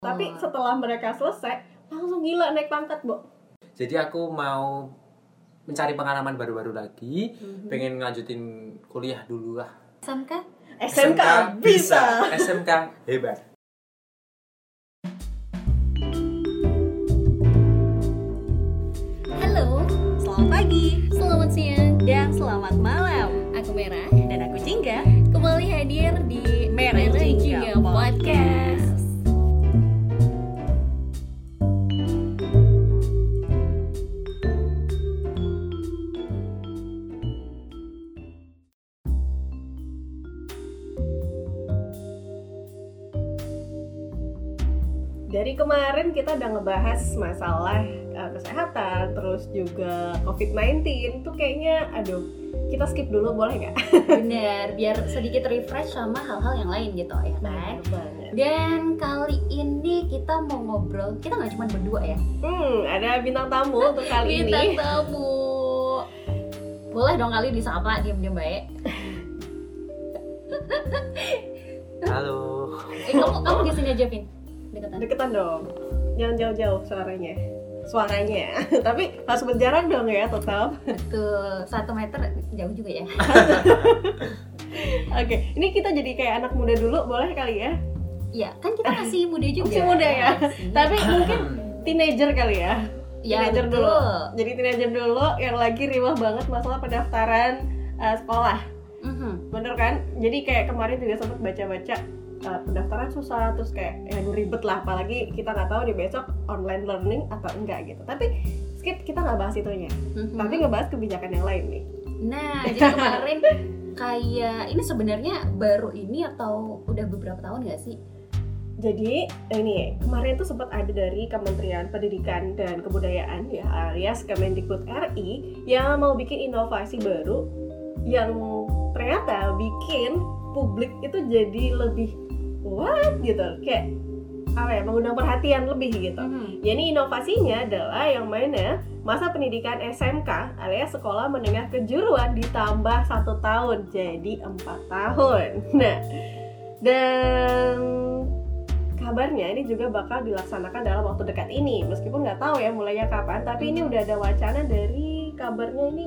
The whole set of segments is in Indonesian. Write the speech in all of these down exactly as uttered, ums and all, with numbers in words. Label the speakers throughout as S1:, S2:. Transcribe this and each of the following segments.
S1: Tapi setelah mereka selesai, langsung gila naik pangkat, Bo.
S2: Jadi aku mau mencari pengalaman baru-baru lagi, mm-hmm. pengen ngajutin kuliah dulu lah.
S3: S M K?
S1: S M K bisa.
S2: S M K hebat.
S3: Halo, selamat pagi, selamat siang, dan selamat malam. Aku Merah
S1: dan aku Jingga.
S3: Kembali hadir di Merah Jingga Podcast.
S1: Dari kemarin kita udah ngebahas masalah uh, kesehatan, terus juga covid sembilan belas. Tuh kayaknya, aduh, kita skip dulu boleh nggak?
S3: Bener, biar sedikit refresh sama hal-hal yang lain gitu ya kan?
S1: Banget.
S3: Dan kali ini kita mau ngobrol, kita nggak cuma berdua ya?
S1: Hmm, ada bintang tamu untuk kali
S3: bintang
S1: ini.
S3: Bintang tamu. Boleh dong kali disapa, diem-diem baik.
S2: Halo.
S3: Eh, kamu, kamu di sini aja, Vin. Deketan.
S1: Deketan dong, jangan jauh-jauh suaranya suaranya tapi harus berjarak dong ya tetap.
S3: Betul, satu meter jauh juga ya.
S1: Oke, ini kita jadi kayak anak muda dulu boleh kali ya?
S3: Iya, kan kita masih muda juga.
S1: Masih muda ya, masih. Tapi mungkin teenager kali ya.
S3: Ya,
S1: teenager
S3: betul.
S1: dulu. Jadi teenager dulu yang lagi riwah banget masalah pendaftaran uh, sekolah. Mm-hmm. Bener kan? Jadi kayak kemarin juga sempat baca-baca Uh, pendaftaran susah, terus kayak ya ribet lah, apalagi kita nggak tahu di besok online learning atau enggak gitu. Tapi skip, kita nggak bahas itunya, mm-hmm. tapi ngebahas kebijakan yang lain nih.
S3: Nah, jadi kemarin kayak ini sebenarnya baru ini atau udah beberapa tahun nggak sih?
S1: Jadi ini kemarin tuh sempat ada dari Kementerian Pendidikan dan Kebudayaan ya alias Kemendikbud R I yang mau bikin inovasi baru yang ternyata bikin publik itu jadi lebih what gitu, kayak apa ya, mengundang perhatian lebih gitu. Mm-hmm. Ya ini inovasinya adalah yang mana masa pendidikan S M K alias sekolah menengah kejuruan ditambah satu tahun jadi empat tahun. Nah, dan kabarnya ini juga bakal dilaksanakan dalam waktu dekat ini, meskipun nggak tahu ya mulainya kapan, tapi ini udah ada wacana dari kabarnya ini.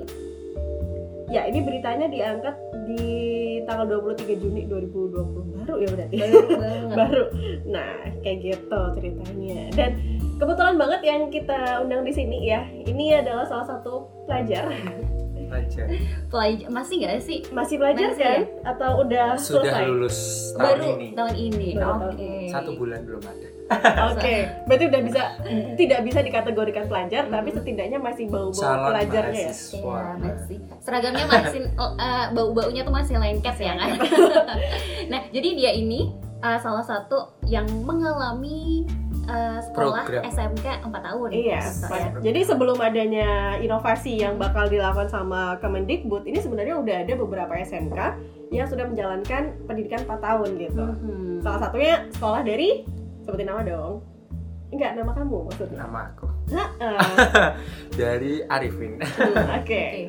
S1: Ya ini beritanya diangkat di tanggal dua puluh tiga Juni dua ribu dua puluh, baru ya berarti.
S3: Baru banget.
S1: Baru. Nah, kayak gitu ceritanya. Dan kebetulan banget yang kita undang di sini ya, ini adalah salah satu pelajar.
S2: Pelajar.
S3: Pelajar masih nggak sih?
S1: Masih pelajar
S3: masih
S1: kan?
S3: Ya?
S1: Atau udah
S2: Sudah
S1: selesai?
S2: lulus tahun
S3: baru
S2: ini.
S3: Tahun ini.
S1: Baru
S3: Oke. Okay.
S2: Satu bulan belum ada.
S1: Oke, okay. Berarti udah bisa, tidak bisa dikategorikan pelajar, hmm. tapi setidaknya masih bau-bau
S2: Salon
S1: pelajarnya ya.
S3: Iya, masih. Seragamnya masih, uh, bau-baunya tuh masih lengket ya kan. Nah, jadi dia ini uh, salah satu yang mengalami uh, sekolah
S2: program
S3: S M K empat tahun.
S1: Iya.
S3: So, ya.
S1: Jadi sebelum adanya inovasi yang bakal dilakukan sama Kemendikbud, ini sebenarnya udah ada beberapa S M K yang sudah menjalankan pendidikan empat tahun gitu. Mm-hmm. Salah satunya sekolah dari, sebutin nama dong. Enggak, nama kamu maksudnya?
S2: Nama aku.
S1: Uh.
S2: Dari Arifin.
S1: Hmm, Oke. Okay. Okay.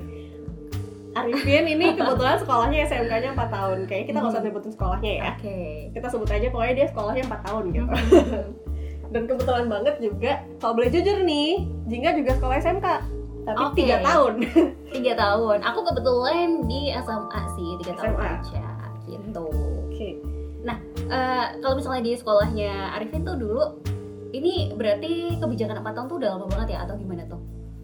S1: Arifin ini kebetulan sekolahnya S M K-nya empat tahun. Kayaknya kita nggak usah nyebutin sekolahnya ya.
S3: Oke. Okay.
S1: Kita sebut aja pokoknya dia sekolahnya empat tahun gitu. Dan kebetulan banget juga, kalau boleh jujur nih, Jingga juga sekolah S M K. Tapi
S3: okay.
S1: tiga tahun.
S3: tiga tahun. Aku kebetulan di S M A sih, tiga tahun aja gitu.
S1: Oke. Okay.
S3: Nah, uh, kalau misalnya di sekolahnya Arifin tuh dulu, ini berarti kebijakan empat tahun tuh udah lama banget ya atau gimana tuh?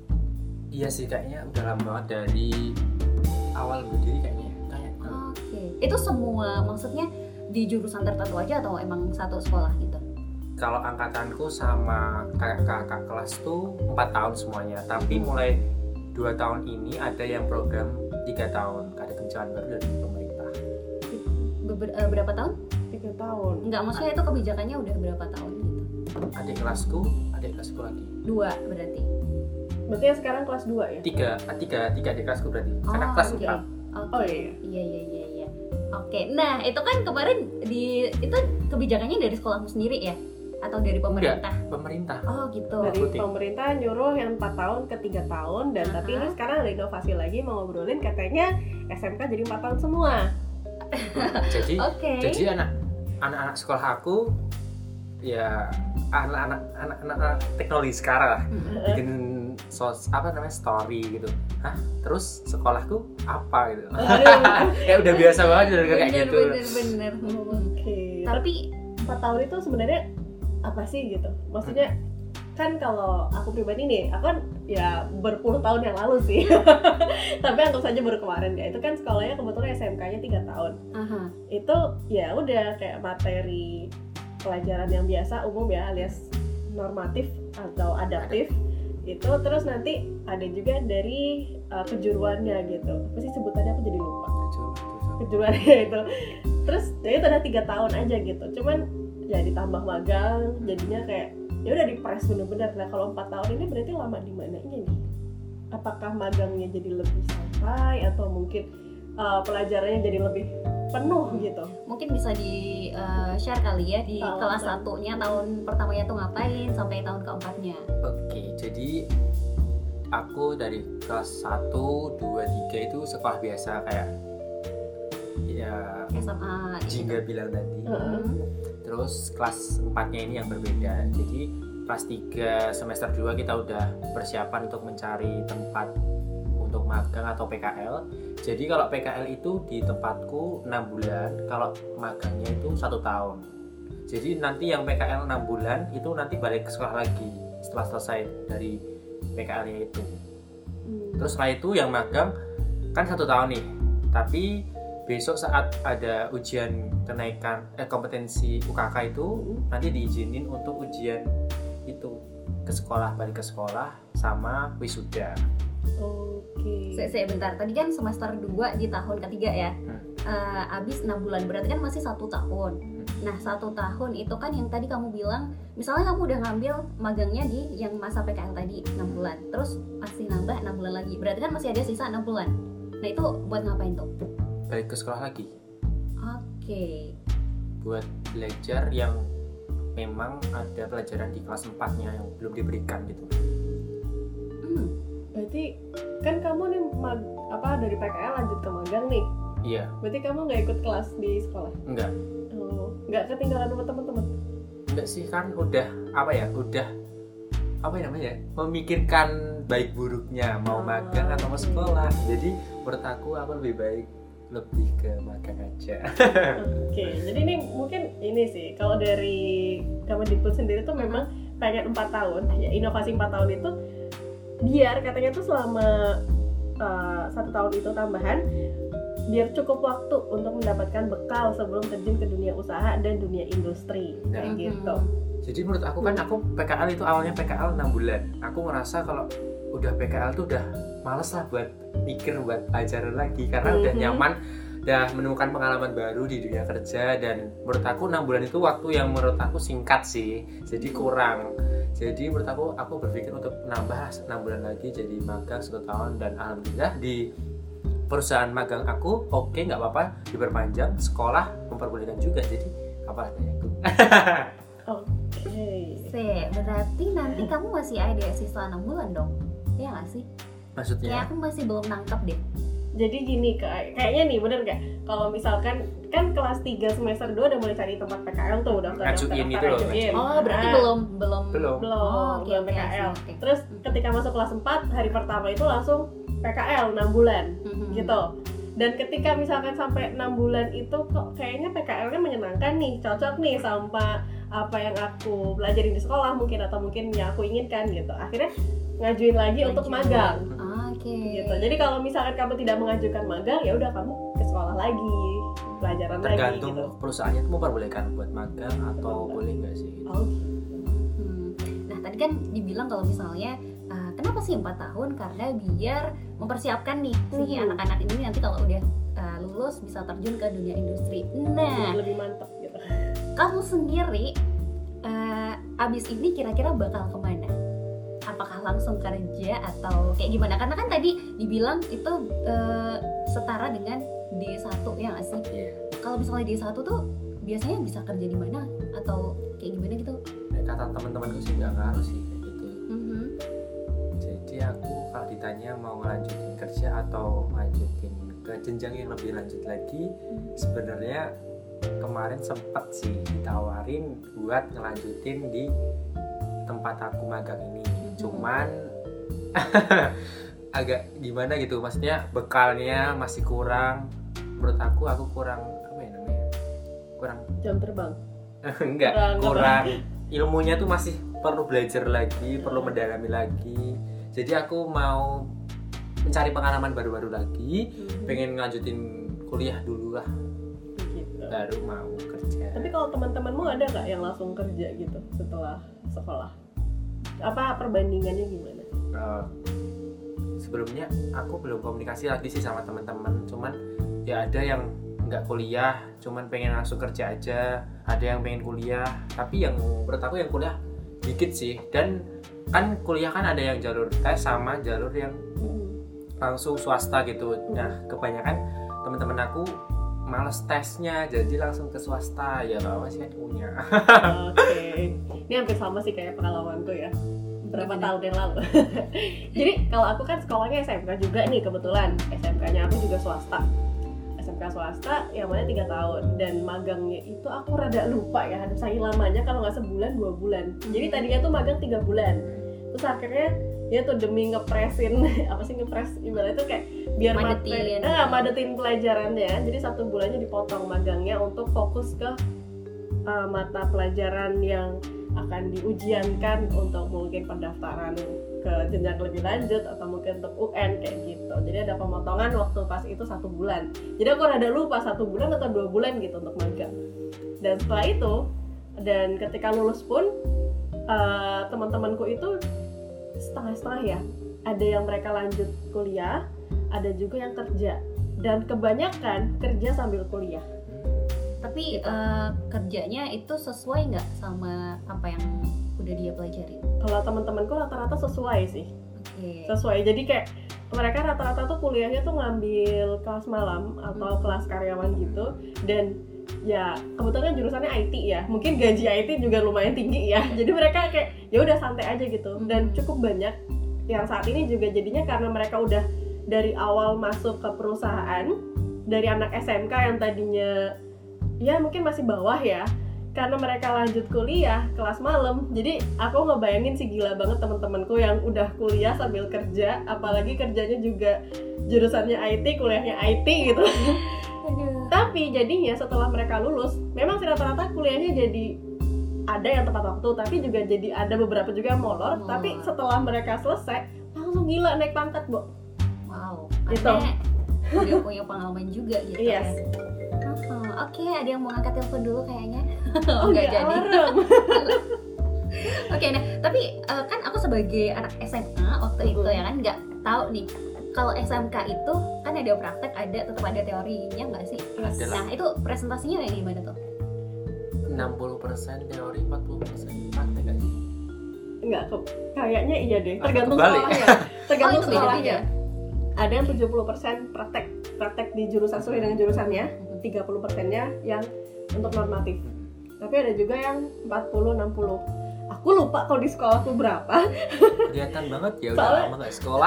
S2: Iya sih, kayaknya udah lama banget dari awal berdiri kayaknya. Kayak.
S3: Oke. Okay. Itu semua maksudnya di jurusan tertentu aja atau emang satu sekolah gitu? Kalau
S2: angkatanku sama kakak-kakak kelas tuh empat tahun semuanya, tapi mulai dua tahun ini ada yang program tiga tahun, ada kebijakan baru dari pemerintah.
S3: Ber- uh, berapa tahun?
S1: tiga tahun.
S3: Enggak, maksudnya itu kebijakannya udah berapa tahun gitu?
S2: Adik kelasku, adik kelasku lagi.
S3: Dua berarti.
S1: Berarti yang sekarang kelas dua ya?
S2: Tiga, tiga, tiga adik kelasku berarti.
S3: Oh,
S2: karena kelas
S3: okay.
S2: empat.
S3: Okay.
S1: Oh iya.
S3: Iya iya iya iya. Oke. Nah, itu kan kemarin di itu kebijakannya dari sekolahmu sendiri ya? Atau dari pemerintah?
S2: Enggak, pemerintah.
S3: Oh gitu.
S1: Dari Putih. Pemerintah nyuruh yang empat tahun ke tiga tahun dan uh-huh. tapi ini sekarang ada inovasi lagi mau ngobrolin katanya S M K jadi empat tahun semua.
S2: jadi
S3: okay.
S2: jadi anak anak-anak sekolah aku ya anak-anak anak-anak teknologi sekarang lah, bikin sos apa namanya story gitu. Hah? Terus sekolahku apa gitu. Kayak udah biasa banget udah kayak
S3: bener,
S2: gitu.
S3: bener bener
S1: Oke.
S3: tapi
S1: empat tahun itu sebenarnya apa sih gitu? Maksudnya kan kalau aku pribadi nih, aku kan ya berpuluh tahun yang lalu sih. Tapi anggap saja baru kemarin ya. Itu kan sekolahnya kebetulan S M K-nya tiga tahun.
S3: aha.
S1: Itu ya udah kayak materi pelajaran yang biasa umum ya, alias normatif atau adaptif. Itu terus nanti ada juga dari uh, kejuruannya gitu. Apa sih sebutannya aku jadi lupa. Kejuruannya itu. Terus jadi itu ada tiga tahun aja gitu. Cuman ya ditambah magang, jadinya kayak ya udah dipres bener-bener. Nah kalau empat tahun ini berarti lama di mananya nih? Apakah magangnya jadi lebih santai atau mungkin uh, pelajarannya jadi lebih penuh gitu?
S3: Mungkin bisa di uh, share kali ya di
S1: Tahun
S3: kelas
S1: kan.
S3: satunya tahun pertamanya tuh ngapain sampai tahun keempatnya.
S2: Oke, jadi aku dari kelas satu, dua, tiga itu sekolah biasa kayak ya
S3: S M A
S2: Jingga bilang tadi.
S1: Heeh.
S2: Terus kelas empatnya ini yang berbeda. Jadi kelas tiga semester dua kita udah persiapan untuk mencari tempat untuk magang atau P K L. Jadi kalau P K L itu di tempatku enam bulan, kalau magangnya itu satu tahun. Jadi nanti yang P K L enam bulan itu nanti balik ke sekolah lagi setelah selesai dari P K L-nya itu.
S1: Hmm.
S2: Terus setelah itu yang magang kan satu tahun nih. Tapi besok saat ada ujian kenaikan eh, kompetensi U K K itu nanti diizinin untuk ujian itu ke sekolah, balik ke sekolah sama wisuda.
S1: Oke.
S3: Saya, saya bentar, tadi kan semester dua di tahun ketiga ya.
S2: Hmm.
S3: Uh, abis enam bulan, berarti kan masih satu tahun. Nah, satu tahun itu kan yang tadi kamu bilang, misalnya kamu udah ngambil magangnya di yang masa P K L tadi enam bulan, terus masih nambah enam bulan lagi, berarti kan masih ada sisa enam bulan. Nah, itu buat ngapain tuh?
S2: Balik ke sekolah lagi
S3: Oke.
S2: buat belajar yang memang ada pelajaran di kelas empatnya yang belum diberikan gitu.
S3: Hmm.
S1: Berarti kan kamu nih mag- apa dari P K L lanjut ke magang nih.
S2: Iya,
S1: Berarti kamu nggak ikut kelas di sekolah?
S2: enggak.
S1: Oh, nggak ketinggalan sama teman-teman?
S2: Enggak sih, kan udah apa ya? Udah apa ya namanya? Memikirkan baik buruknya mau
S1: Oh,
S2: magang atau mau
S1: oke.
S2: sekolah. Jadi menurut aku aku lebih baik lebih ke magang aja.
S1: Oke, jadi ini mungkin ini sih kalau dari Kemendikbud sendiri tuh memang pengen empat tahun, ya inovasi empat tahun itu biar katanya tuh selama uh, satu tahun itu tambahan biar cukup waktu untuk mendapatkan bekal sebelum terjun ke dunia usaha dan dunia industri kayak
S2: Nah.
S1: gitu.
S2: Jadi menurut aku kan aku P K L itu awalnya P K L enam bulan. Aku ngerasa kalau udah P K L tuh udah males lah buat mikir buat pelajaran lagi karena udah
S1: Mhm.
S2: nyaman, udah menemukan pengalaman baru di dunia kerja, dan menurut aku enam bulan itu waktu yang menurut aku singkat sih. Jadi kurang. Jadi menurut aku aku berpikir untuk nambah enam bulan lagi jadi magang satu tahun, dan alhamdulillah di perusahaan magang aku oke nggak apa-apa diperpanjang, sekolah memperbolehkan juga, jadi apa adanya aku.
S1: Oke.
S3: Se, berarti nanti kamu masih ada sisa enam bulan dong? Iya nggak sih? Kayak
S2: Maksudnya
S3: aku masih belum nangkep deh.
S1: Jadi gini kayak kayaknya nih bener nggak? Kalau misalkan kan kelas tiga semester dua udah mulai cari tempat P K L tuh udah
S2: Ngajuin itu loh, ngajuin.
S3: Oh, berarti
S1: Nah,
S3: belum belum
S2: belum.
S1: belum
S3: Oh, oke,
S1: belum
S3: oke,
S1: P K L.
S3: oke.
S1: Terus ketika masuk kelas empat hari pertama itu langsung P K L enam bulan
S3: Mhm.
S1: gitu. Dan ketika misalkan sampai enam bulan itu kok kayaknya P K L-nya menyenangkan nih, cocok nih sama apa yang aku pelajarin di sekolah mungkin atau mungkin yang aku inginkan gitu. Akhirnya ngajuin lagi untuk
S3: Lanjut.
S1: magang
S3: Oke.
S1: gitu. Jadi kalau misalkan kamu tidak mengajukan magang ya udah kamu ke sekolah lagi, pelajaran
S2: tergantung
S1: lagi gitu.
S2: perusahaannya itu memperbolehkan buat magang atau
S1: Betul.
S2: boleh nggak sih gitu.
S1: Oh,
S3: Hmm. Nah, tadi kan dibilang kalau misalnya uh, kenapa sih empat tahun? Karena biar mempersiapkan nih si
S1: Mhm.
S3: anak-anak ini nanti kalau udah uh, lulus bisa terjun ke dunia industri. Nah,
S1: lebih mantap gitu.
S3: kamu sendiri uh, abis ini kira-kira bakal kemana? Apakah langsung kerja atau kayak gimana? Karena kan tadi dibilang itu uh, setara dengan D satu ya nggak sih?
S2: Iya.
S3: Kalau misalnya D satu tuh biasanya bisa kerja di mana atau kayak gimana gitu?
S2: Nah, kata teman-temanku sih nggak ngaruh sih kayak gitu.
S3: Mhm.
S2: Jadi aku kalau ditanya mau ngelanjutin kerja atau lanjutin ke jenjang yang lebih lanjut lagi, sebenarnya kemarin sempet sih ditawarin buat ngelanjutin di tempat aku magang ini, cuman agak gimana gitu, maksudnya bekalnya masih kurang. Menurut aku aku kurang apa ya namanya, kurang
S1: jam terbang.
S2: enggak kurang, kurang ilmunya tuh masih perlu belajar lagi, perlu mendalami lagi. Jadi aku mau mencari pengalaman baru-baru lagi, hmm. pengen ngelanjutin kuliah dulu lah, gitu. Baru mau kerja.
S1: Tapi kalau teman-temanmu ada nggak yang langsung kerja gitu setelah sekolah? Apa perbandingannya gimana?
S2: Uh, sebelumnya aku belum komunikasi lagi sih sama teman-teman, cuman ya ada yang nggak kuliah, cuman pengen langsung kerja aja. Ada yang pengen kuliah, tapi yang menurut aku yang kuliah dikit sih. Dan kan kuliah kan ada yang jalur tes sama jalur yang langsung swasta gitu. Nah kebanyakan teman-teman aku males tesnya, jadi langsung ke swasta. Ya apa sih kan punya.
S1: Oke, okay. Ini hampir sama sih kayak pengalamanku ya, berapa tahun yang lalu. Jadi kalau aku kan sekolahnya S M K juga nih kebetulan. S M K-nya aku juga swasta. S M K swasta yang mana tiga tahun, dan magangnya itu aku rada lupa ya, aduh saking lamanya, kalau nggak sebulan dua bulan. Jadi tadinya tuh magang tiga bulan, terus akhirnya ya tuh demi ngepresin apa sih ngepres ibaratnya tuh kayak biar
S3: madetin,
S1: mate, eh, madetin pelajarannya, jadi satu bulannya dipotong magangnya untuk fokus ke uh, mata pelajaran yang akan diujiankan untuk mungkin pendaftaran ke jenjang lebih lanjut atau mungkin untuk U N kayak gitu. Jadi ada pemotongan waktu pas itu satu bulan. Jadi aku rada lupa satu bulan atau dua bulan gitu untuk magang. Dan setelah itu, dan ketika lulus pun uh, teman-temanku itu setengah-setengah ya. Ada yang mereka lanjut kuliah, ada juga yang kerja. Dan kebanyakan kerja sambil kuliah.
S3: Tapi gitu. uh, kerjanya itu sesuai nggak sama apa yang udah dia pelajari?
S1: Kalau teman-temanku rata-rata sesuai sih.
S3: Okay.
S1: Sesuai. Jadi kayak mereka rata-rata tuh kuliahnya tuh ngambil kelas malam atau hmm. kelas karyawan gitu. Dan ya kebetulan jurusannya I T ya. Mungkin gaji I T juga lumayan tinggi ya. Jadi mereka kayak ya udah santai aja gitu. Dan cukup banyak yang saat ini juga jadinya karena mereka udah dari awal masuk ke perusahaan, dari anak S M K yang tadinya ya mungkin masih bawah ya, karena mereka lanjut kuliah kelas malam. Jadi aku ngebayangin sih gila banget teman-temanku yang udah kuliah sambil kerja, apalagi kerjanya juga jurusannya I T, kuliahnya I T gitu. Tapi jadinya setelah mereka lulus, memang sih rata-rata kuliahnya jadi ada yang tepat waktu, tapi juga jadi ada beberapa juga yang molor. Oh. Tapi setelah mereka selesai langsung gila naik pangkat, Bo.
S3: Wow,
S1: gitu.
S3: Udah punya pengalaman juga gitu.
S1: Yes.
S3: Ya. Oh, Oke, okay, ada yang mau angkat telepon dulu kayaknya.
S1: Oh, nggak jadi.
S3: Oke, okay, nah tapi uh, kan aku sebagai anak S M A waktu uh-huh. itu ya kan nggak tahu nih. Kalau S M K itu kan ada praktek, ada tetap ada teorinya nggak sih?
S2: Ada.
S3: Nah itu presentasinya kayak gimana tuh?
S2: enam puluh persen teori, empat puluh persen praktek aja.
S1: Enggak, kayaknya iya deh. Tergantung
S2: Kebalik.
S1: sekolahnya. Tergantung
S3: oh,
S1: sekolahnya. Ada yang tujuh puluh persen praktek, praktek di jurusan sesuai dengan jurusannya. tiga puluh persennya yang untuk normatif. Tapi ada juga yang empat puluh enam puluh. Aku lupa kalau di sekolahku berapa.
S2: Kelihatan banget ya udah lama enggak sekolah.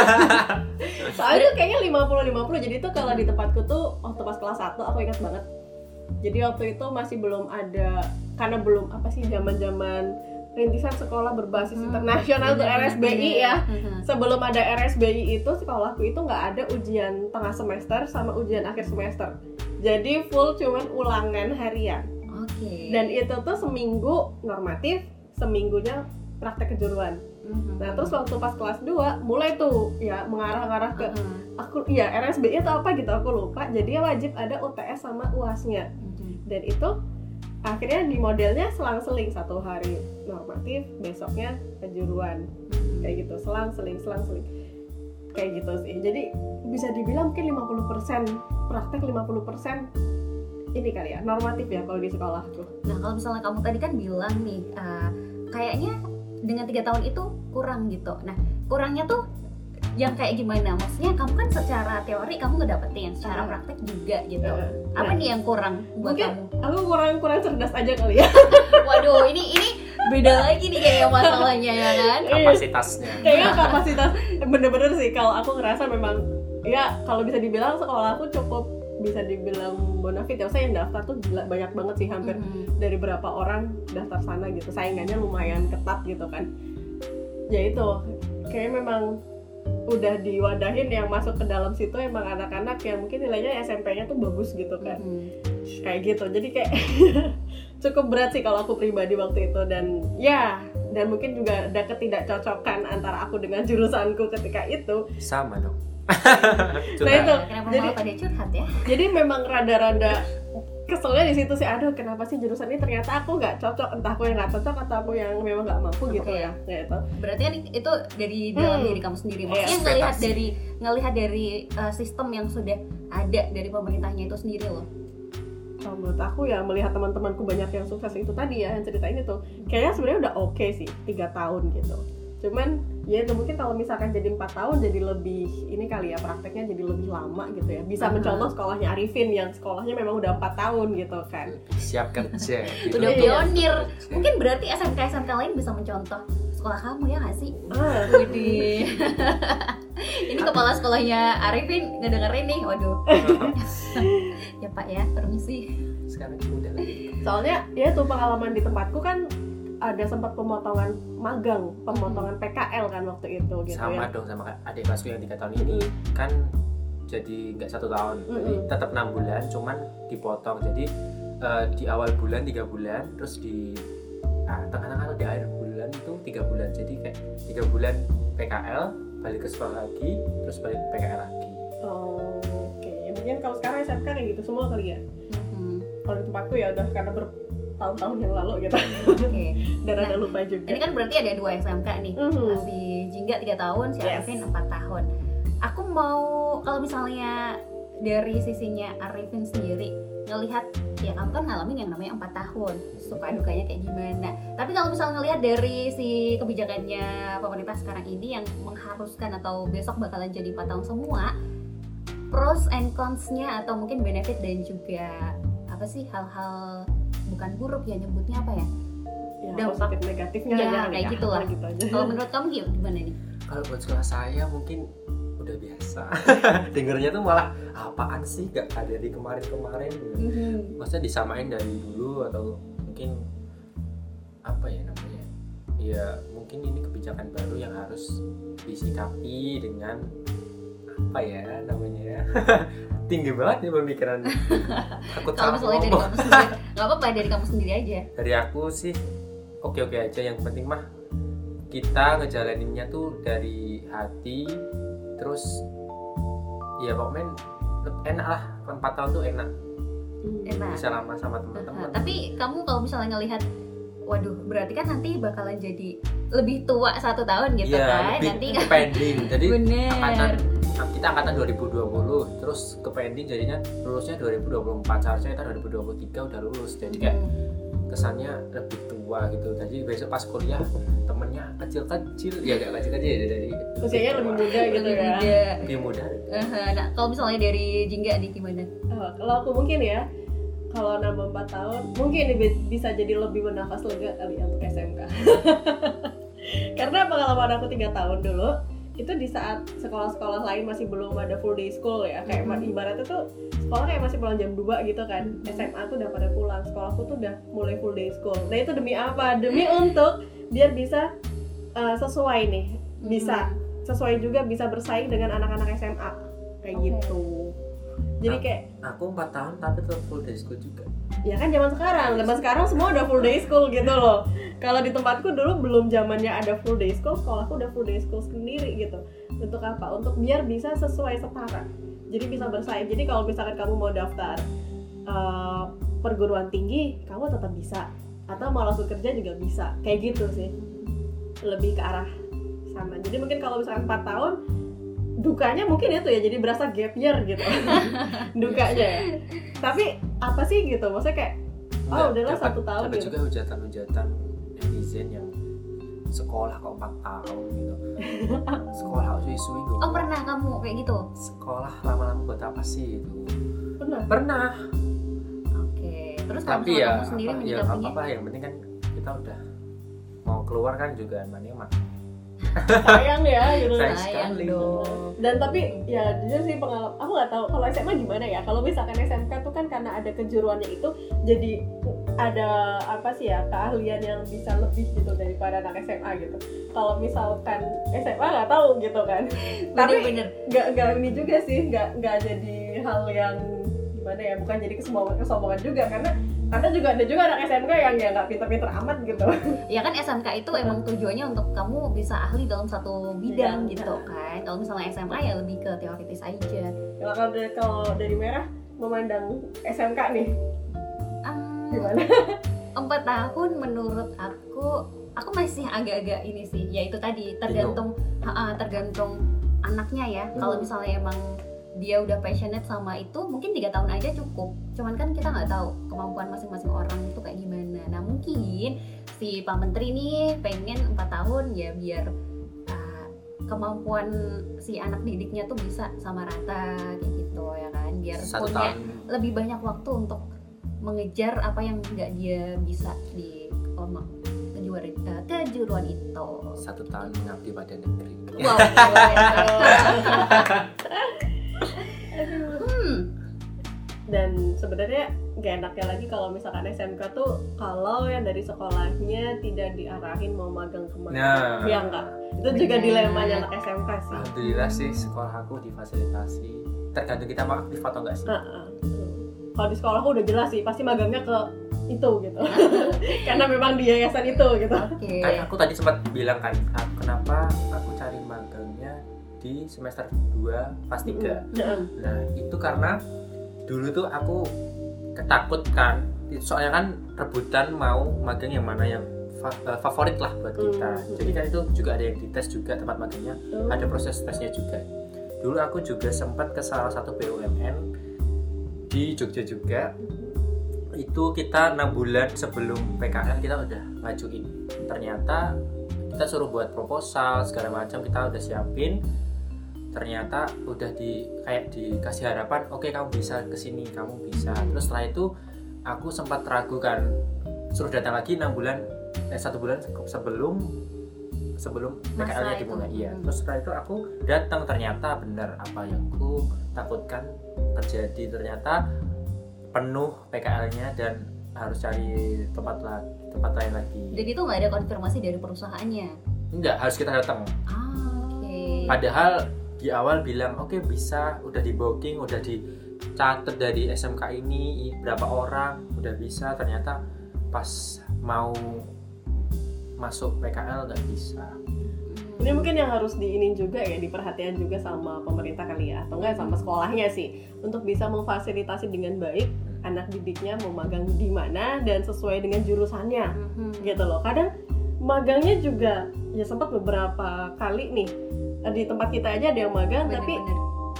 S1: Soalnya kayaknya lima puluh lima puluh. Jadi itu kalau di tempatku tuh waktu pas kelas satu aku ingat banget. Jadi waktu itu masih belum ada, karena belum apa sih zaman-zaman rintisan sekolah berbasis hmm. internasional tuh R S B I ya. Hmm. Sebelum ada R S B I itu sekolahku itu nggak ada ujian tengah semester sama ujian akhir semester. Jadi full cuman ulangan harian.
S3: Oke. Okay.
S1: Dan itu tuh seminggu normatif, seminggunya praktek kejuruan. Hmm. Nah terus waktu pas kelas dua mulai tuh ya mengarah-arah ke hmm. aku ya R S B I itu apa gitu aku lupa. Jadi wajib ada U T S sama U A S-nya. Hmm. Dan itu akhirnya di modelnya selang-seling, satu hari normatif, besoknya kejuruan. Kayak gitu, selang-seling, selang-seling. Kayak gitu sih. Jadi bisa dibilang mungkin lima puluh persen praktek, lima puluh persen ini kali ya, normatif ya kalau di sekolahku.
S3: Nah, kalau misalnya kamu tadi kan bilang nih, uh, kayaknya dengan tiga tahun itu kurang gitu. Nah, kurangnya tuh yang kayak gimana? Maksudnya kamu kan secara teori kamu ngedapetin, secara uh, praktek juga gitu. Uh, Apa nah, nih yang kurang buat
S1: mungkin
S3: kamu?
S1: Aku kurang kurang cerdas aja kali ya.
S3: Waduh, ini ini beda lagi nih kayak masalahnya ya kan?
S2: Kapasitasnya.
S1: Kayaknya kapasitas bener-bener sih kalau aku ngerasa memang ya kalau bisa dibilang sekolah aku cukup bisa dibilang bonafit ya, saya yang daftar tuh gila, banyak banget sih, hampir mm-hmm. dari berapa orang daftar sana gitu, saingannya lumayan ketat gitu kan. Ya itu kayak memang udah diwadahin yang masuk ke dalam situ emang anak-anak yang mungkin nilainya S M P-nya tuh bagus gitu kan. Mm-hmm. Kayak gitu, jadi kayak cukup berat sih kalau aku pribadi waktu itu. Dan ya, dan mungkin juga ada ketidakcocokan antara aku dengan jurusanku ketika itu.
S2: Sama dong.
S1: Nah itu,
S3: kenapa
S1: jadi
S3: malah pada curhat ya?
S1: Jadi memang rada-rada keselnya di situ sih. Aduh, kenapa sih jurusan ini ternyata aku nggak cocok, entah aku yang nggak cocok atau aku yang memang nggak mampu gitu
S3: okay.
S1: ya. Ya itu.
S3: Berarti kan itu dari dalam hmm. diri kamu sendiri. Maksudnya
S2: yes,
S3: ngelihat dari ngelihat dari uh, sistem yang sudah ada dari pemerintahnya itu sendiri loh.
S1: Kalau menurut aku ya, melihat teman-temanku banyak yang sukses itu tadi ya, yang ceritain itu kayaknya sebenarnya udah oke okay sih tiga tahun gitu. Cuman ya itu mungkin kalau misalkan jadi empat tahun jadi lebih ini kali ya, prakteknya jadi lebih lama gitu ya. Bisa uh-huh. mencontoh sekolahnya Arifin yang sekolahnya memang udah empat tahun gitu kan.
S2: Siap kerja gitu.
S3: Udah pionir. Mungkin berarti S M K S M K lain bisa mencontoh sekolah kamu ya nggak sih?
S1: Ah.
S3: Widih. Ini kepala sekolahnya Arifin ngedengerin nih, waduh. Ya Pak ya, permisi.
S2: Sekarang udah lagi.
S1: Soalnya ya tuh pengalaman di tempatku kan ada sempat pemotongan magang, pemotongan P K L kan waktu itu gitu.
S2: Sama
S1: ya.
S2: dong sama adik kelasku yang tiga tahun ini kan jadi nggak satu tahun,
S1: mm-hmm.
S2: jadi tetap enam bulan, cuman dipotong. Jadi uh, di awal bulan tiga bulan, terus di ah, tengah-tengah atau di akhir bulan itu tiga bulan. Jadi kayak tiga bulan P K L, balik ke sekolah lagi, terus balik ke P K L lagi.
S1: Oh, oke. Okay. Mungkin kalau sekarang S M K kayak gitu semua kali ya. Mm-hmm. Kalau di tempatku ya udah karena bertahun-tahun yang lalu gitu. Oke. Okay. Dan nah, ada lupa juga.
S3: Ini kan berarti ada dua S M K nih. Mm-hmm. Si Jingga tiga tahun, si Arifin yes. empat tahun. Aku mau kalau misalnya dari sisinya Arifin sendiri ngelihat, ya kamu kan ngalamin yang namanya empat tahun, suka dukanya kayak gimana. Tapi kalau misalnya ngelihat dari si kebijakannya pemerintah sekarang ini yang mengharuskan atau besok bakalan jadi empat tahun semua, pros and cons-nya atau mungkin benefit dan juga apa sih hal-hal bukan buruk ya nyebutnya apa ya?
S1: Ya dampak positif negatifnya
S3: ya,
S1: aja
S3: kayak
S1: ya,
S3: gitu lah. Gitu kalau menurut kamu gimana nih?
S2: Kalau buat sekolah saya mungkin udah biasa. Dengernya tuh malah apaan sih gak ada dari kemarin-kemarin mm-hmm. maksudnya disamain dari dulu atau mungkin apa ya namanya ya mungkin ini kebijakan baru yang harus disikapi dengan apa ya namanya tinggi banget nih pemikiran. Takut
S3: kalau misalnya dari kamu sendiri gak apa-apa, dari kamu sendiri aja.
S2: Dari aku sih oke-oke aja, yang penting mah kita ngejalaninnya tuh dari hati. Terus ya pokoknya enak lah, empat tahun tuh enak,
S3: enak.
S2: Bisa lama sama teman-teman.
S3: Uh, tapi kamu kalau misalnya ngelihat, waduh berarti kan nanti bakalan jadi lebih tua satu tahun gitu ya, kan?
S2: Lebih
S3: nanti
S2: ke pending. Jadi
S3: bener.
S2: angkatan kita angkatan dua ribu dua puluh, terus ke pending jadinya lulusnya dua ribu dua puluh empat, seharusnya kita dua ribu dua puluh tiga udah lulus. Jadi kayak hmm. kesannya lebih tua gitu. Jadi besok pas kuliah temennya kecil-kecil, ya gak kecil-kecil ya dari
S1: usianya lebih muda gitu
S3: lebih
S1: ya.
S3: Muda.
S2: Lebih muda.
S3: Uh, nah kalau misalnya dari Jingga nih gimana?
S1: Uh, kalau aku mungkin ya, kalau nambah empat tahun mungkin bisa jadi lebih bernafas lega kali ya untuk S M K. Karena pengalaman aku tiga tahun dulu itu di saat sekolah-sekolah lain masih belum ada full day school ya, kayak mm-hmm. ibaratnya tuh sekolah kayak masih pulang jam dua gitu kan. S M A tuh udah pada pulang, sekolahku tuh udah mulai full day school. Nah itu demi apa? Demi untuk biar bisa uh, sesuai nih, bisa mm-hmm. sesuai juga bisa bersaing dengan anak-anak S M A kayak okay. gitu. Jadi kayak
S2: aku empat tahun tapi tetap full day school juga.
S1: Ya kan zaman sekarang, zaman sekarang semua udah full day school gitu loh. Kalau di tempatku dulu belum zamannya ada full day school, sekolahku udah full day school sendiri gitu. Untuk apa? Untuk biar bisa sesuai setara. Jadi bisa bersaing. Jadi kalau misalkan kamu mau daftar uh, perguruan tinggi, kamu tetap bisa. Atau mau langsung kerja juga bisa. Kayak gitu sih. Lebih ke arah sana. Jadi mungkin kalau misalkan empat tahun, dukanya mungkin itu ya, jadi berasa gap year gitu. Dukanya ya. Tapi apa sih gitu, maksudnya kayak oh udahlah satu tahun
S2: dapat
S1: gitu.
S2: Juga hujatan-hujatan netizen yang sekolah kok empat tahun gitu. Sekolah suwi-suwi gitu.
S3: Oh pernah kamu kayak gitu?
S2: Sekolah lama-lama buat apa sih itu?
S1: Pernah?
S2: Pernah.
S3: Oke, terus
S2: tapi
S3: kamu,
S2: ya,
S3: kamu sendiri
S2: apa, ya apa-apa, yang penting kan kita udah mau keluar kan juga namanya mah
S1: sayang ya gitu.
S2: Sayang
S3: Sayang
S2: sekali.
S3: dong.
S1: Dan tapi ya jujur sih pengalaman aku nggak tahu kalau S M A gimana ya. Kalau misalkan S M K tuh kan karena ada kejuruannya itu jadi ada apa sih ya keahlian yang bisa lebih gitu daripada anak S M A gitu. Kalau misalkan S M A nggak tahu gitu kan. Tapi
S3: Bener-bener.
S1: nggak nggak ini juga sih nggak nggak jadi hal yang gimana ya, bukan jadi kesombongan kesombongan juga karena karena juga ada juga anak S M K yang ya nggak pinter-pinter amat gitu.
S3: Ya kan S M K itu emang tujuannya untuk kamu bisa ahli dalam satu bidang
S1: Bidang,
S3: gitu kan. Kalau misalnya S M A ya lebih ke teoritis aja.
S1: Kalau dari kalau dari Merah memandang S M K nih
S3: Um,
S1: gimana?
S3: empat tahun menurut aku aku masih agak-agak ini sih, ya itu tadi tergantung ha, tergantung anaknya ya.
S1: Hmm.
S3: Kalau misalnya emang dia udah passionate sama itu, mungkin tiga tahun aja cukup. Cuman kan kita nggak tahu kemampuan masing-masing orang itu kayak gimana. Nah mungkin si Pak Menteri nih pengen empat tahun ya biar uh, kemampuan si anak didiknya tuh bisa sama rata kayak gitu ya kan, biar
S2: Satu
S3: punya
S2: tahun
S3: lebih banyak waktu untuk mengejar apa yang nggak dia bisa di omong kejuaraan uh, kejuruan itu.
S2: satu tahun mengabdi pada negeri.
S3: Wow. hmm.
S1: Dan sebenarnya gak enaknya lagi kalau misalkan S M K tuh kalau yang dari sekolahnya tidak diarahin mau magang kemana.
S2: Nah,
S1: Ya enggak, itu juga
S3: Benar.
S1: dilemanya anak S M K sih.
S2: alhamdulillah sih sekolah aku difasilitasi. Tergantung kita mau aktif atau enggak sih.
S1: Heeh. Kalau di sekolahku udah jelas sih pasti magangnya ke itu gitu. Karena memang di yayasan itu gitu.
S3: Oke.
S2: Kan aku tadi sempat bilang kan, ah, kenapa aku cari magangnya di semester dua kelas tiga.
S1: Heeh.
S2: Nah, itu karena dulu tuh aku ketakutkan, soalnya kan rebutan mau magang yang mana yang fa- uh, favorit lah buat kita.
S1: Hmm.
S2: Jadi kan itu juga ada yang dites juga tempat magangnya,
S1: Oh.
S2: ada proses tesnya juga. Dulu aku juga sempat ke salah satu B U M N di Jogja juga. Itu kita enam bulan sebelum P K L kita udah ngajuin. Ternyata kita suruh buat proposal segala macam, kita udah siapin. Ternyata udah di kayak dikasih harapan, oke okay, kamu bisa kesini, kamu bisa. Terus setelah itu aku sempat ragu kan, suruh datang lagi enam bulan, eh satu bulan sebelum sebelum P K L-nya
S3: Masa
S2: dimulai.
S3: itu.
S2: Iya.
S3: Hmm.
S2: Terus setelah itu aku datang, ternyata benar apa yang aku takutkan terjadi. Ternyata penuh P K L-nya dan harus cari tempat lagi, tempat lain lagi.
S3: Dan itu nggak ada konfirmasi dari perusahaannya.
S2: Enggak, harus kita datang.
S3: Ah, oke. Okay.
S2: Padahal di awal bilang oke okay, bisa, udah di booking, udah dicatat dari S M K ini berapa orang, udah bisa. Ternyata pas mau masuk P K L nggak bisa.
S1: Ini mungkin yang harus diinin juga ya, diperhatikan juga sama pemerintah kali ya, atau enggak sama sekolahnya sih, untuk bisa memfasilitasi dengan baik anak didiknya mau magang di mana dan sesuai dengan jurusannya
S3: Mhm.
S1: gitu loh. Kadang magangnya juga ya sempat beberapa kali nih di tempat kita aja ada yang magang tapi
S3: Bener-bener.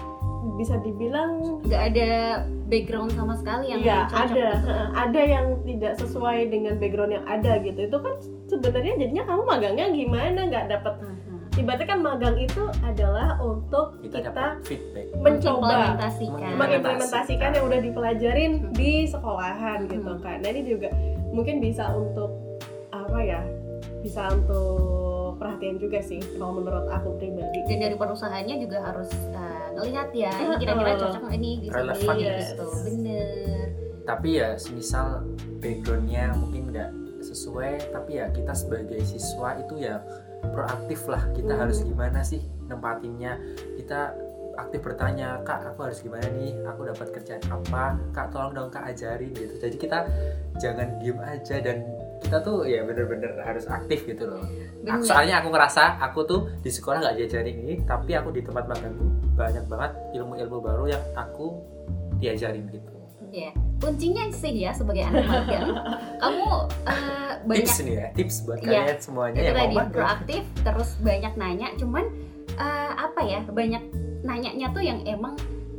S1: bisa dibilang
S3: nggak ada background sama sekali yang
S1: iya
S3: cocok
S1: ada
S3: gitu.
S1: heeh, ada yang tidak sesuai dengan background yang ada gitu. Itu kan sebenarnya jadinya kamu magangnya gimana, nggak dapet.
S3: Mhm.
S1: Ibaratnya kan magang itu adalah untuk
S2: Kita,
S1: kita,
S2: dapat feedback.
S1: mencoba
S3: Mengimplementasikan.
S1: mengimplementasikan yang udah dipelajarin
S3: Hmm.
S1: di sekolahan gitu
S3: Hmm.
S1: kan. Nah ini juga mungkin bisa untuk apa ya, bisa untuk perhatian juga sih kalau menurut aku pribadi.
S3: Dan dari perusahaannya juga harus uh, ngelihat ya, ini kira-kira cocok nggak nih di
S2: Relevan
S3: sini
S1: ya.
S3: gitu. Bener.
S2: Tapi ya semisal backgroundnya mungkin nggak sesuai, tapi ya kita sebagai siswa itu ya proaktif lah. Kita
S1: Hmm.
S2: harus gimana sih nempatinnya, kita aktif bertanya, kak aku harus gimana nih, aku dapat kerjaan apa, kak tolong dong kak ajarin gitu. Jadi kita jangan diem aja dan kita tuh ya bener-bener harus aktif gitu loh.
S3: Bener.
S2: Soalnya aku ngerasa aku tuh di sekolah nggak diajarin ini, tapi aku di tempat magang tuh banyak banget ilmu-ilmu baru yang aku diajarin gitu.
S3: Ya, kuncinya sih ya sebagai anak magang, kamu uh, banyak
S2: Tips nih ya, tips buat
S3: Iya,
S2: kalian semuanya
S3: itu
S2: yang
S3: tadi
S2: mau magang.
S3: proaktif, terus banyak nanya. Cuman uh, apa ya, banyak nanyanya tuh yang emang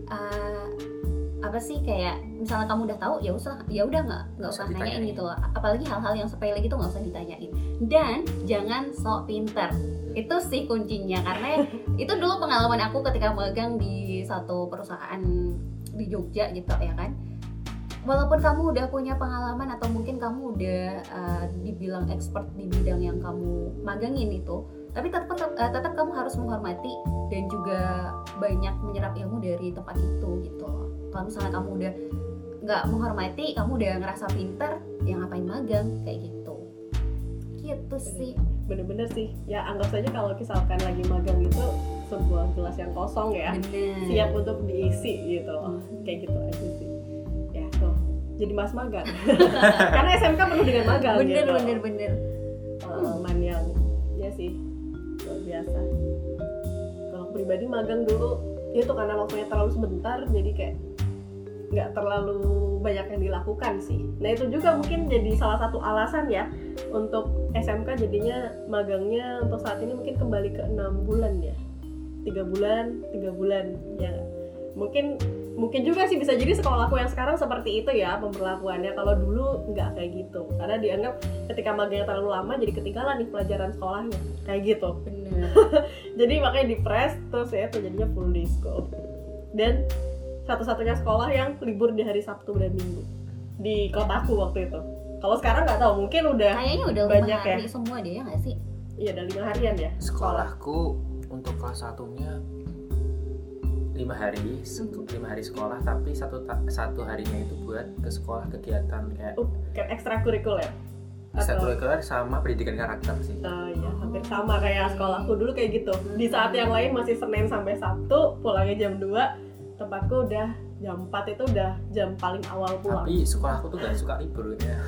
S3: uh, apa sih, kayak misalnya kamu udah tahu ya usah ya udah nggak nggak
S2: Nggak
S3: usah
S2: usah
S3: nanyain
S2: ditanyain.
S3: gitu loh. Apalagi hal-hal yang sepele gitu nggak usah ditanyain. Dan jangan sok pinter, itu sih kuncinya. Karena itu dulu pengalaman aku ketika magang di satu perusahaan di Jogja gitu ya kan. Walaupun kamu udah punya pengalaman atau mungkin kamu udah uh, dibilang expert di bidang yang kamu magangin itu, tapi tetap uh, tetap kamu harus menghormati dan juga banyak menyerap ilmu dari tempat itu gitu. Kalau misalnya kamu udah nggak menghormati, kamu udah ngerasa pinter, ya ngapain magang kayak gitu. Gitu sih.
S1: Bener-bener sih. Ya anggap saja kalau misalkan lagi magang itu sebuah kelas yang kosong ya.
S3: Bener.
S1: Siap untuk diisi gitu.
S3: Hmm.
S1: Kayak gitu aja sih. Ya tuh. Jadi mas magang. Karena S M K penuh dengan magang.
S3: Bener
S1: gitu.
S3: bener bener.
S1: Pengalaman yang ya sih luar biasa. Kalau pribadi magang dulu itu karena waktunya terlalu sebentar, jadi kayak nggak terlalu banyak yang dilakukan sih. Nah itu juga mungkin jadi salah satu alasan ya untuk S M K jadinya magangnya untuk saat ini mungkin kembali ke enam bulan ya, tiga bulan, tiga bulan ya. Mungkin mungkin juga sih bisa jadi sekolahku yang sekarang seperti itu ya pemberlakuannya. Kalau dulu nggak kayak gitu, karena dianggap ketika magangnya terlalu lama jadi ketinggalan nih pelajaran sekolahnya kayak gitu.
S3: Bener.
S1: Jadi makanya di press terus ya itu jadinya full day school. Dan satu-satunya sekolah yang libur di hari Sabtu dan Minggu di kotaku waktu itu. Kalau sekarang nggak tahu, mungkin udah
S3: kayaknya udah
S1: banyak
S3: lima hari
S1: ya.
S3: semua deh ya nggak sih?
S1: Iya, ada lima harian ya.
S2: Sekolahku untuk kelas satunya lima hari, lima hari sekolah, tapi satu ta- satu harinya itu buat ke sekolah kegiatan kayak
S1: Uh, kayak ekstrakurikuler.
S2: ekstrakurikuler sama pendidikan karakter sih.
S1: Oh iya, hampir sama kayak sekolahku dulu kayak gitu. Di saat yang lain masih Senin sampai Sabtu, pulangnya jam dua. Tempatku udah jam empat itu udah jam paling awal pulang.
S2: Tapi sekolahku tuh gak suka libur ya.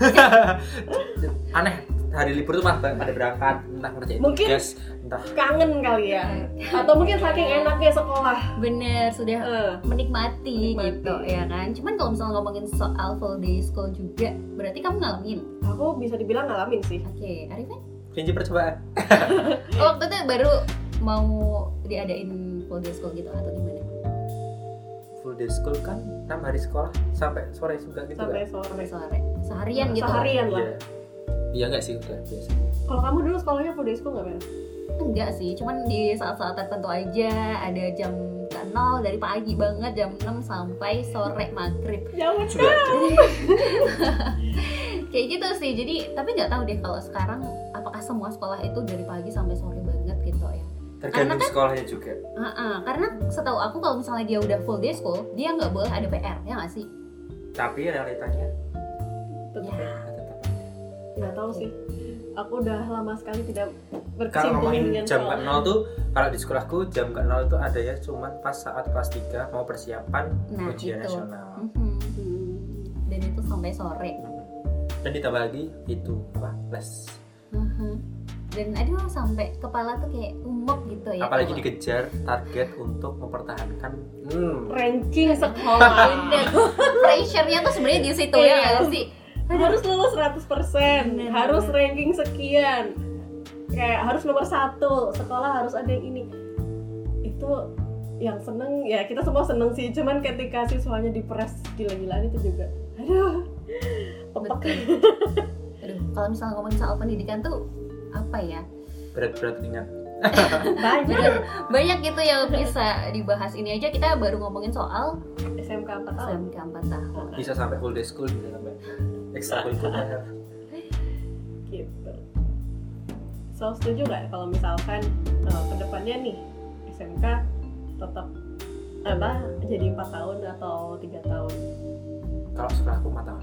S2: Aneh, hari libur tuh malah pada berangkat, entah ngerjain
S1: Mungkin
S2: tugas, entah
S1: kangen kali ya. Atau mungkin saking enaknya sekolah.
S3: Bener, sudah
S1: Eh,
S3: menikmati,
S1: Menikmati.
S3: gitu ya kan. Cuman kalau misalnya ngomongin soal full day school juga, berarti kamu ngalamin.
S1: aku bisa dibilang ngalamin sih.
S3: Oke, Arifin?
S2: janji percobaan.
S3: Oh, waktu itu baru mau diadain full day school gitu atau gimana?
S2: Full day school kan enam hari sekolah sampai sore juga gitu
S1: Sampai
S2: kan?
S1: sore.
S3: Sampai sore. Seharian gitu.
S1: Seharian lah.
S2: Iya. Iya enggak sih udah biasa.
S1: Kalau kamu dulu sekolahnya full day school nggak, Ben?
S3: Enggak sih, cuman di saat-saat tertentu aja. Ada jam ke nol dari pagi banget jam enam sampai sore maghrib.
S1: Jauh
S2: Juga.
S3: Kayak gitu sih. Jadi tapi nggak tahu deh kalau sekarang apakah semua sekolah itu dari pagi sampai sore banget gitu ya.
S2: Tergantung
S3: kan-
S2: sekolahnya juga.
S3: Uh-uh, karena setahu aku kalau misalnya dia udah full day school, dia nggak boleh ada P R, ya nggak sih?
S2: Tapi realitanya
S1: tetap
S3: Ya.
S2: tetap
S1: nggak tahu sih. Aku udah lama sekali tidak
S2: kalau
S1: berkecimpung
S2: ngomongin
S1: dengan
S2: jam ke
S1: sekolah.
S2: nol tuh, kalau di sekolahku jam ke nol itu ada ya cuman pas saat kelas tiga mau persiapan
S3: Nah,
S2: ujian
S3: itu.
S2: nasional.
S3: Mhm.
S1: Hmm.
S3: Dan itu sampai sore.
S2: Dan ditambah lagi itu apa? Les.
S3: Mhm. Dan aduh sampai kepala tuh kayak umek gitu ya.
S2: Apalagi
S3: kalau-
S2: dikejar target untuk mempertahankan hmm,
S1: Ranking sekolah.
S3: Bener. Pressure-nya tuh sebenarnya di situ ya
S1: Iya.
S3: nggak sih?
S1: Harus lulus seratus persen,
S3: Bener,
S1: harus
S3: bener.
S1: ranking sekian, kayak harus nomor satu, sekolah harus ada yang ini. Itu yang seneng ya, kita semua seneng sih, cuman ketika siswanya diperes gila-gilaan itu juga aduh pepek.
S3: Betul. Aduh, kalau misalnya ngomongin soal pendidikan tuh apa ya?
S2: berat-berat ringan.
S1: Banyak.
S3: Bener, banyak gitu yang bisa dibahas. Ini aja kita baru ngomongin soal
S1: S M K empat
S3: S
S1: tahun
S3: M K empat tahun.
S2: Bisa sampai full day school, bisa sampai ekstrakurikuler.
S1: gitu. So setuju nggak kalau misalkan uh, kedepannya nih S M K tetap apa jadi empat tahun atau tiga tahun?
S2: Kalau sekolahku empat tahun.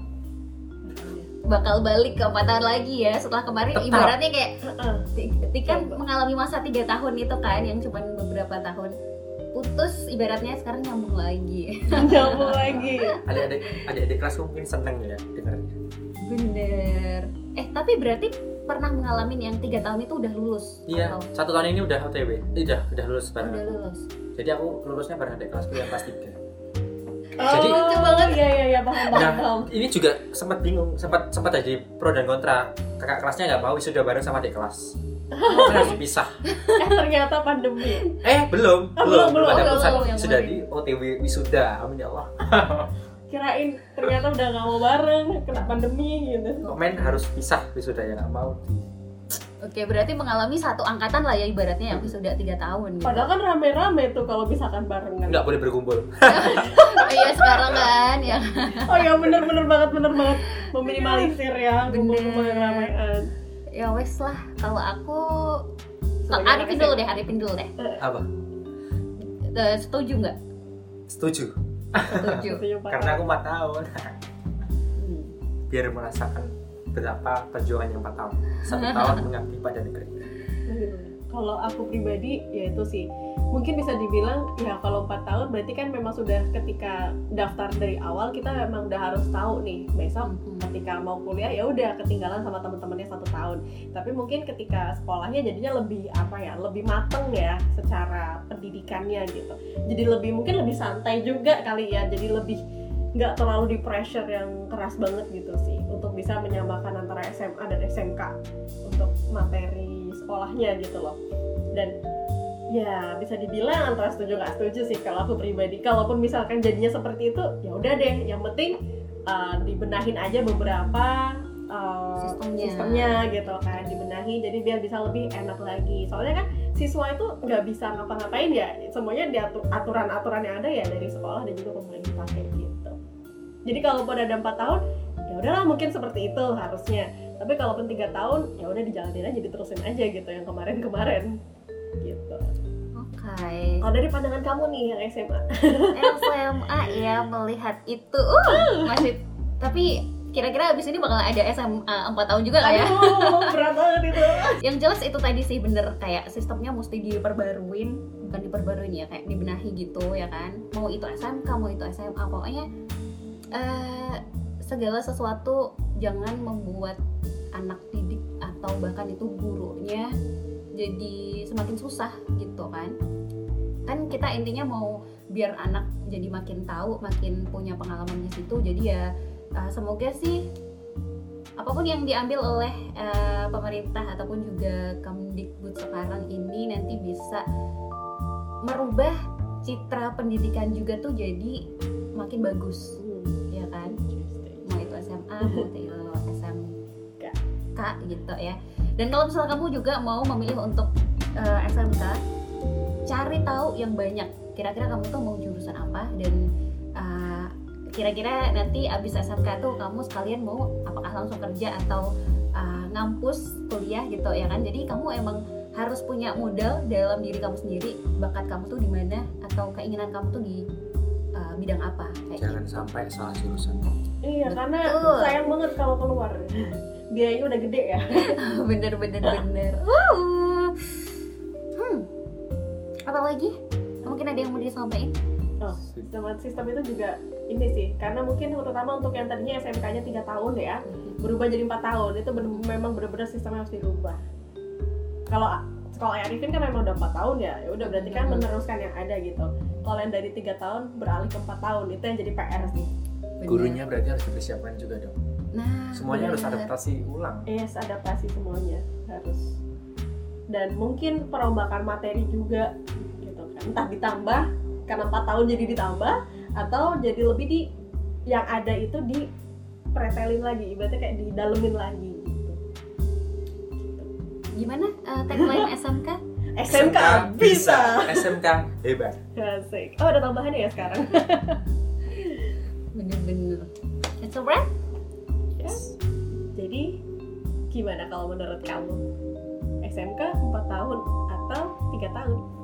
S3: Bakal balik ke empat tahun lagi ya setelah kemarin.
S2: Tetap.
S3: Ibaratnya kayak
S1: Heeh.
S3: Tika
S1: Coba.
S3: mengalami masa tiga tahun itu kan yang cuma beberapa tahun putus, ibaratnya sekarang nyambung lagi.
S1: Nyambung lagi.
S2: Adik-adik adik-adik kelasku mungkin seneng ya dengarnya.
S3: Bener. Eh tapi berarti pernah mengalami yang tiga tahun itu udah lulus?
S2: Iya,
S3: Atau
S2: satu tahun ini udah O T W. Eh, udah, udah lulus bareng
S3: udah
S2: aku.
S3: lulus?
S2: Jadi aku lulusnya bareng adik kelasku yang kelas tiga.
S1: Oh,
S2: Jadi-
S1: lucu banget ya ya ya paham paham.
S2: Nah,
S1: paham.
S2: ini juga sempat bingung, sempat sempat jadi pro dan kontra. Kakak kelasnya nggak mau wisuda bareng sama adik kelas. Kan harus dipisah.
S1: Eh ternyata pandemi.
S2: Eh, belum,
S1: Oh,
S2: belum,
S1: belum,
S2: ada
S3: belum,
S2: pusat
S3: belum, yang
S2: sudah
S3: kemarin.
S2: di O T W wisuda. Amin ya Allah.
S1: Kirain ternyata udah nggak mau bareng kena pandemi gitu.
S2: Komen harus pisah wisudanya, nggak mau di
S3: Oke, berarti mengalami satu angkatan lah ya ibaratnya yang sudah tiga tahun gitu.
S1: Padahal kan rame-rame tuh kalau misalkan barengan.
S2: nggak boleh berkumpul.
S3: Oh iya sekarang kan ya.
S1: Oh ya bener-bener banget bener banget meminimalisir ya
S3: Bener.
S1: kumpul-kumpul yang ramean.
S3: Ya wes lah, kalau aku
S1: sebagai
S3: Arifin
S1: anak
S3: dulu
S1: S M A.
S3: deh, Arifin dulu deh.
S2: Apa?
S3: Eh, Setuju nggak?
S2: Setuju.
S3: Setuju.
S1: Setuju, Pak.
S2: Karena aku empat tahun.
S3: Hmm.
S2: Biar merasakan betapa perjuangannya empat tahun. Satu tahun mengabdi pada negeri.
S1: Kalau aku pribadi ya itu sih mungkin bisa dibilang ya kalau empat tahun berarti kan memang sudah ketika daftar dari awal kita memang udah harus tahu nih besok
S3: Hmm.
S1: ketika mau kuliah ya udah ketinggalan sama teman-temannya satu tahun. Tapi mungkin ketika sekolahnya jadinya lebih apa ya lebih mateng ya secara pendidikannya gitu. Jadi lebih mungkin lebih santai juga kali ya. Jadi lebih nggak terlalu di pressure yang keras banget gitu sih untuk bisa menyamakan antara S M A dan S M K untuk materi sekolahnya gitu loh. Dan ya bisa dibilang antara setuju nggak setuju sih kalau aku pribadi. Kalaupun misalkan jadinya seperti itu ya udah deh, yang penting uh, dibenahin aja beberapa uh,
S3: Sistemnya.
S1: sistemnya gitu kan, dibenahi jadi biar bisa lebih enak lagi. Soalnya kan siswa itu nggak bisa ngapa-ngapain ya, semuanya diatur aturan-aturan yang ada ya dari sekolah dan juga pemerintah kayak gitu. Jadi kalaupun ada empat tahun ya udahlah mungkin seperti itu harusnya. Tapi kalaupun tiga tahun ya udah dijalanin aja, diterusin aja gitu yang kemarin-kemarin gitu.
S3: Oke.
S1: Kalau dari pandangan kamu nih yang S M A,
S3: S M A ya melihat itu uh, masih, tapi kira-kira abis ini bakal ada S M A empat tahun juga nggak ya?
S1: aduh berat banget itu.
S3: Yang jelas itu tadi sih bener, kayak sistemnya mesti diperbaruin, bukan diperbaruin ya, kayak dibenahi gitu ya kan. Mau itu S M K, mau itu S M A, pokoknya uh, segala sesuatu jangan membuat anak didik atau bahkan itu gurunya jadi semakin susah gitu kan. Kan kita intinya mau biar anak jadi makin tahu, makin punya pengalaman di situ. Jadi ya uh, semoga sih apapun yang diambil oleh uh, pemerintah ataupun juga Kemdikbud sekarang ini nanti bisa merubah citra pendidikan juga tuh jadi makin bagus, ya kan? Mau itu S M A, mau itu S M K gitu ya. Dan kalau misalnya kamu juga mau memilih untuk uh, S M K, cari tahu yang banyak. Kira-kira kamu tuh mau jurusan apa, dan uh, kira-kira nanti abis S M K tuh kamu sekalian mau apakah langsung kerja atau uh, ngampus kuliah gitu ya kan. Jadi kamu emang harus punya modal dalam diri kamu sendiri, bakat kamu tuh di mana atau keinginan kamu tuh di uh, bidang apa kayak
S2: Jangan
S3: gitu.
S2: sampai salah jurusan.
S1: Iya,
S3: Betul.
S1: karena sayang banget kalau keluar. Biayanya udah gede ya.
S3: bener bener bener. Uh. Hmm. Apa lagi? Mungkin ada yang mau disampaikan?
S1: Oh, sistem sistem itu juga ini sih, karena mungkin terutama untuk yang tadinya S M K-nya tiga tahun ya, berubah jadi empat tahun. Itu bener, memang benar-benar sistemnya harus dirubah. Kalau sekolah Arifin kan memang udah empat tahun ya, ya udah berarti kan meneruskan yang ada gitu. Kalau yang dari tiga tahun beralih ke empat tahun, itu yang jadi P R sih.
S3: Bener.
S2: Gurunya berarti harus dipersiapkan juga dong.
S3: Nah,
S2: Semuanya harus
S3: bener.
S2: adaptasi ulang.
S1: Yes, adaptasi semuanya harus. Dan mungkin perombakan materi juga gitu kan. Entah ditambah karena empat tahun jadi ditambah, atau jadi lebih di yang ada itu dipretelin lagi, ibaratnya kayak didalemin lagi gitu.
S3: Gimana uh, tagline S M K?
S1: S M K bisa.
S2: S M K hebat.
S1: Asik. Oh, ada tambahan ya sekarang.
S3: Bener-bener. It's a wrap?
S1: Yes. Jadi gimana kalau menurut kamu? S M K empat tahun atau tiga tahun?